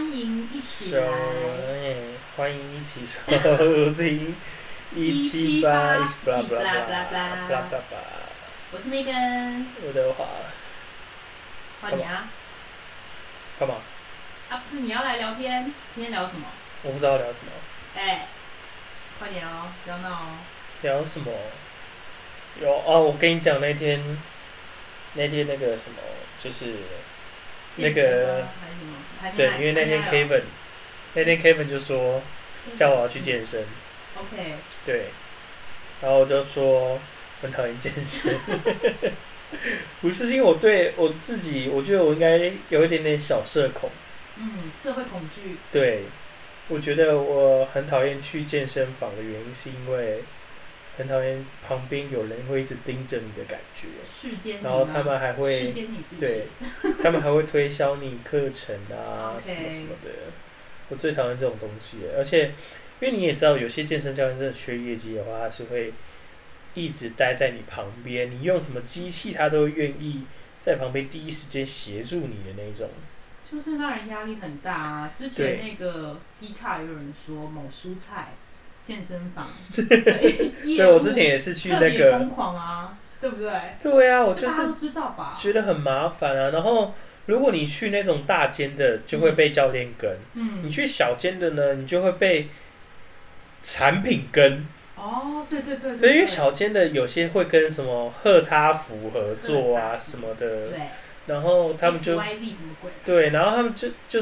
迎一起收来欢迎一起收听178一起巴拉巴拉巴拉巴拉巴拉。 我是 Megan， 刘德华， 换你啊！ 干嘛？ 啊，不是你要来聊天，今天聊什么？ 我不知道聊什么。 快点哦，不要闹哦。 聊什么？有哦，我跟你讲那天那个什么，就是那个还是什么？ 对，因为那天 Kevin 就说叫我要去健身。 OK。 对，然后我就说很讨厌健身，不是因为我对我自己，我觉得我应该有一点点小社恐。 社会恐惧。 对，我觉得我很讨厌去健身房的原因是因为很讨厌旁边有人会一直盯着你的感觉，然后他们还会对，他们还会推销你课程啊什么什么的。我最讨厌这种东西了，而且因为你也知道，有些健身教练真的缺业绩的话，他是会一直待在你旁边，你用什么机器他都愿意在旁边第一时间协助你的那种。 就是让人压力很大啊！之前那个 D 卡有人说某蔬菜健身房， 对，我之前也是去那个疯狂啊，对不对？ 对啊，我就是大家都知道吧， 觉得很麻烦啊。然后如果你去那种大间的，就会被教练跟；你去小间的呢，你就会被产品跟。 哦，对。 因为小间的有些会跟什么赫差服合作啊什么的。 对。 然后他们就 XYZ 什么鬼？ 对，然后他们就是，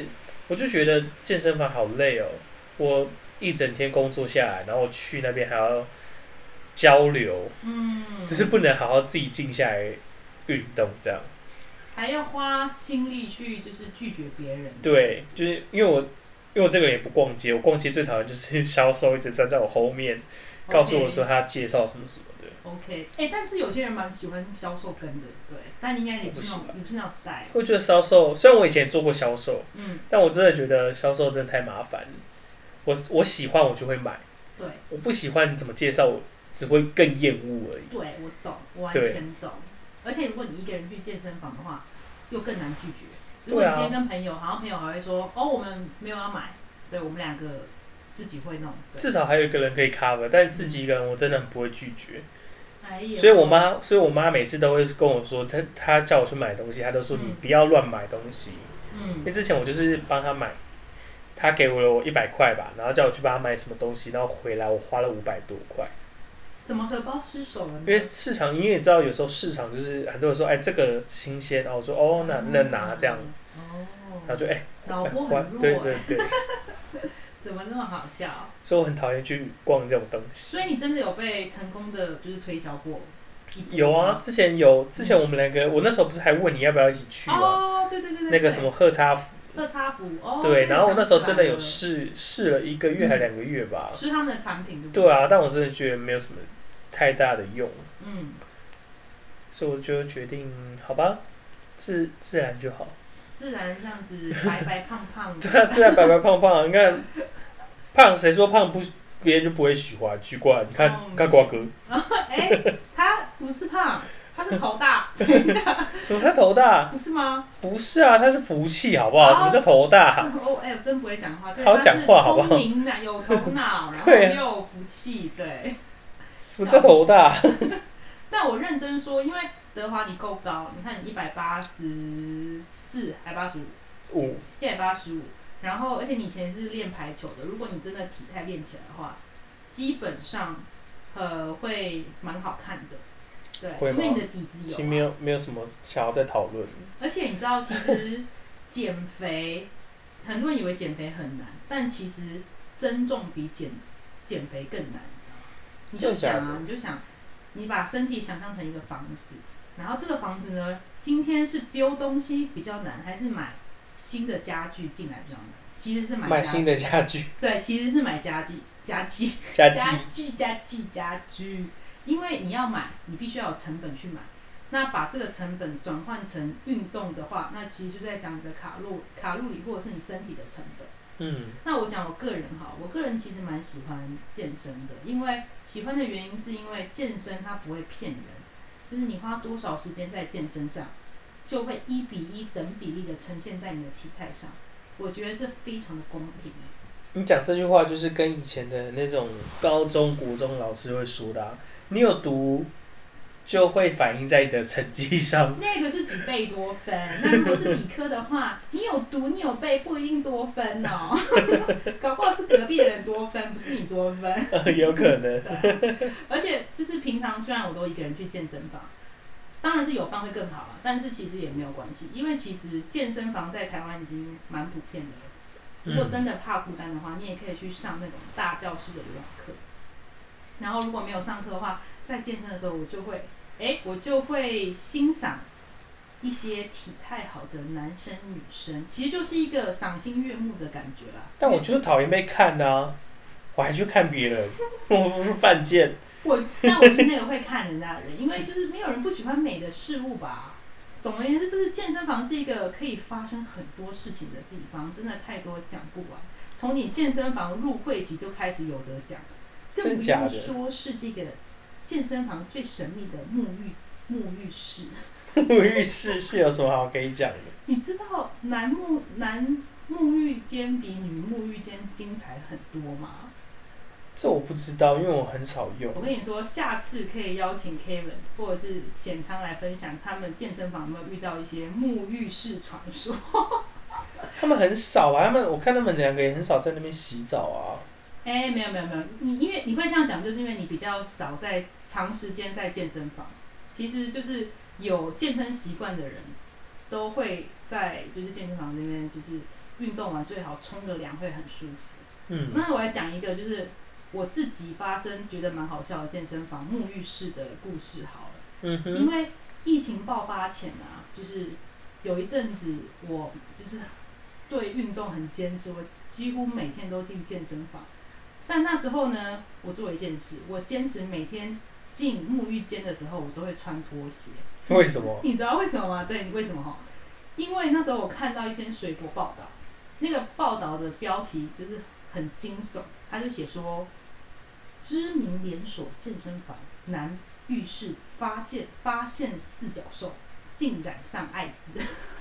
我就觉得健身房好累哦。我一整天工作下来，然后我去那边还要交流，就是不能好好自己静下来运动这样， 还要花心力去就是拒绝别人。 对，就是因为我这个人也不逛街，我逛街最讨厌就是销售一直站在我后面，告诉我说他介绍什么什么的。 OK， 但是有些人蛮喜欢销售跟的，对，但应该你不是那种 style。 我觉得销售，虽然我以前做过销售，但我真的觉得销售真的太麻烦了。我喜欢我就会买， 对， 我不喜欢你怎么介绍，我只会更厌恶而已。 对，我懂，我完全懂。而且如果你一个人去健身房的话，又更难拒绝。如果你今天跟朋友，好像朋友还会说，我们没有要买，对我们两个自己会弄。 至少还有一个人可以 cover， 但自己一个人我真的很不会拒绝。 所以我妈每次都会跟我说，她叫我去买东西，她都说你不要乱买东西。因为之前我就是帮她买，她给了我100块吧，然后叫我去帮她买什么东西，然后回来我花了500多块。 怎么荷包失手了呢？ 因为市场，因为你知道有时候市场就是很多人说，这个新鲜，然后我说那拿这样，然后就脑波很弱， 对。 怎么那么好笑？ 所以我很讨厌去逛这种东西。 所以你真的有被成功的就是推销过？ 有啊，之前我们两个，我那时候不是还问你要不要一起去吗？ 对。 那个什么赫差服。对，然后我那时候真的有试了1个月还2个月吧。 吃他们的产品，对不对？对啊，但我真的觉得没有什么太大的用。所以我就决定，好吧，自然就好。 自然这样子白白胖胖。 对啊，自然白白胖胖。你看，胖谁说胖不，别人就不会喜欢？奇怪，你看瓜哥。 他不是胖，他是头大。 什么他头大？ 不是吗？ 不是啊，他是福气，好不好？什么叫头大？ 我真不会讲话。 好讲话，好不好？ 聪明的，有头脑，然后又有福气，对。 什么叫头大？ 但我认真说，因为德华你够高，你看你184还85，185，然后而且你以前是练排球的，如果你真的体态练起来的话，基本上会蛮好看的，对，因为你的底子有。 其实没有什么想要再讨论。 而且你知道，其实减肥，很多人以为减肥很难，但其实增重比减肥更难。你就想，你把身体想象成一个房子，然后这个房子呢，今天是丢东西比较难，还是买新的家具进来比较难？其实是买新的家具。 对，其实是买家具，因为你要买，你必须要有成本去买。那把这个成本转换成运动的话，那其实就在讲你的卡路里或者是你身体的成本。那我讲我个人其实蛮喜欢健身的，因为喜欢的原因是因为健身它不会骗人，就是你花多少时间在健身上，就会1:1等比例的呈现在你的体态上。 我觉得这非常的公平。 你讲这句话就是跟以前的那种高中、国中老师会说的你有读就会反映在你的成绩上。 那个是指贝多芬，那如果是理科的话，你有读你有背不一定多分哦，搞不好是隔壁的人多分，不是你多分。 有可能。 而且就是平常虽然我都一个人去健身房，当然是有伴会更好但是其实也没有关系，因为其实健身房在台湾已经蛮普遍的了。如果真的怕孤单的话，你也可以去上那种大教室的游泳课。然后如果没有上课的话，在健身的时候我就会欣赏一些体态好的男生女生，其实就是一个赏心悦目的感觉啦。 但我就是讨厌被看我还去看别人，我不是犯贱。 但我是那个会看人家的人，因为就是没有人不喜欢美的事物吧。总而言之，就是健身房是一个可以发生很多事情的地方，真的太多讲不完。从你健身房入会籍就开始有得讲，更不用说是这个健身房最神秘的沐浴室。 沐浴室是有什么好可以讲的？ 你知道男沐浴间比女沐浴间精彩很多吗？ 这我不知道，因为我很少用。 我跟你说，下次可以邀请 Kevin 或者是显昌来分享他们健身房有没有遇到一些沐浴室传说。 他们很少我看他们两个也很少在那边洗澡没有，因为你会这样讲，就是因为你比较少在长时间在健身房。其实就是有健身习惯的人，都会在就是健身房那边，就是运动完最好冲个凉会很舒服。那我来讲一个就是我自己发生觉得蛮好笑的健身房沐浴室的故事好了。因为疫情爆发前就是有一阵子我就是对运动很坚持，我几乎每天都进健身房。但那时候呢，我做了一件事，我坚持每天进沐浴间的时候，我都会穿拖鞋。 为什么？ 你知道为什么吗？对，为什么？因为那时候我看到一篇水果报道，那个报道的标题就是很惊悚，他就写说，知名连锁健身房男浴室发现四脚兽竟染上艾滋。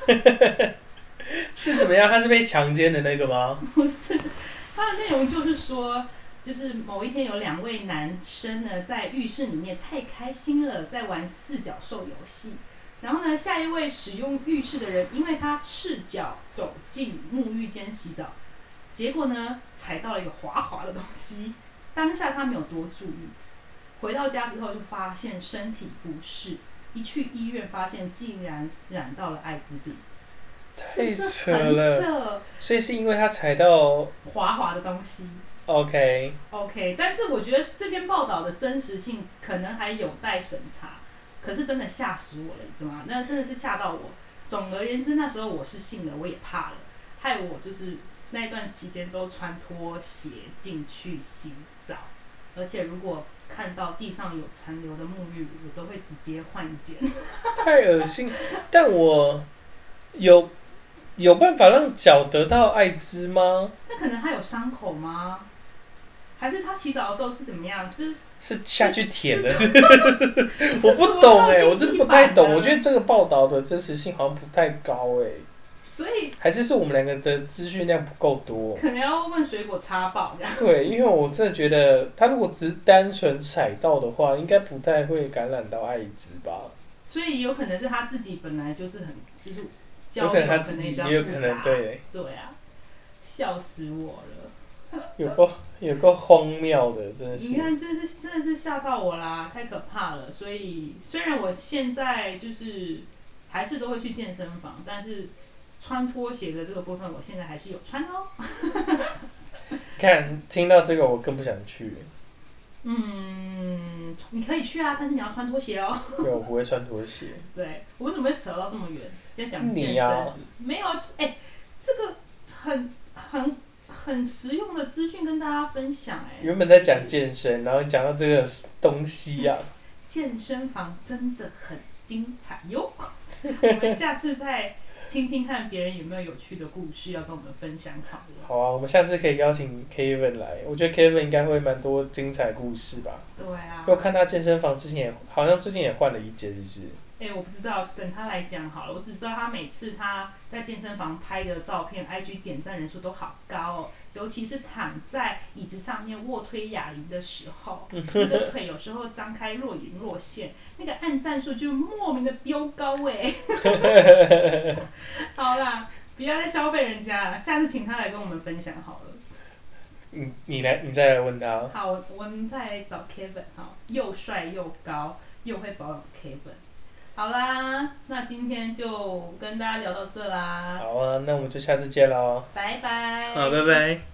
是怎么样？他是被强奸的那个吗？ 不是，他的内容就是说，就是某一天有2位男生呢在浴室里面太开心了，在玩四脚兽游戏。然后呢，下一位使用浴室的人，因为他赤脚走进沐浴间洗澡，结果呢踩到了一个滑滑的东西。当下他没有多注意，回到家之后就发现身体不适，一去医院发现竟然染到了艾滋病。 太扯了，所以是因为他踩到滑滑的东西。 OK， 但是我觉得这篇报道的真实性可能还有待审查，可是真的吓死我了，你知道吗？那真的是吓到我。总而言之，那时候我是信了，我也怕了，害我就是那一段期间都穿拖鞋进去洗澡，而且如果看到地上有残留的沐浴乳，我都会直接换一件。 太恶心！但我有办法让脚得到艾滋吗？ 那可能他有伤口吗？还是他洗澡的时候是怎么样？是下去舔的？我不懂我真的不太懂。我觉得这个报道的真实性好像不太高所以还是我们两个的资讯量不够多， 可能要问水果插爆这样。 对，因为我真的觉得他如果只是单纯踩到的话，应该不太会感染到艾滋吧。 所以有可能是他自己本来就是就是有可能他自己也有可能对啊，笑死我了。 有够荒谬的，真的是。 你看，真的是吓到我啦，太可怕了。所以虽然我现在就是还是都会去健身房，但是穿拖鞋的这个部分，我现在还是有穿哦。 看，听到这个我更不想去。 你可以去啊，但是你要穿拖鞋哦。 对，我不会穿拖鞋。 对，我怎么会扯到这么远？在讲健身是不是？没有，这个很实用的资讯跟大家分享原本在讲健身，然后讲到这个东西啊。 健身房真的很精彩哟。我们下次再听听看别人有没有有趣的故事要跟我们分享好了。 好啊，我们下次可以邀请 Kevin 来，我觉得 Kevin 应该会蛮多精彩故事吧。 对啊。 因为我看他健身房之前好像最近也换了一间，是不是？ 我不知道，等他来讲好了。我只知道他每次他在健身房拍的照片 ，IG 点赞人数都好高哦。尤其是躺在椅子上面卧推哑铃的时候，那个腿有时候张开若隐若现，那个按赞数就莫名的飙高哎。好啦，不要再消费人家了，下次请他来跟我们分享好了。 你再来问他。 好，我们再来找 Kevin 哈，又帅又高又会保养 Kevin。好啦，那今天就跟大家聊到这啦。 好啊，那我们就下次见喽。 拜拜。 好，拜拜。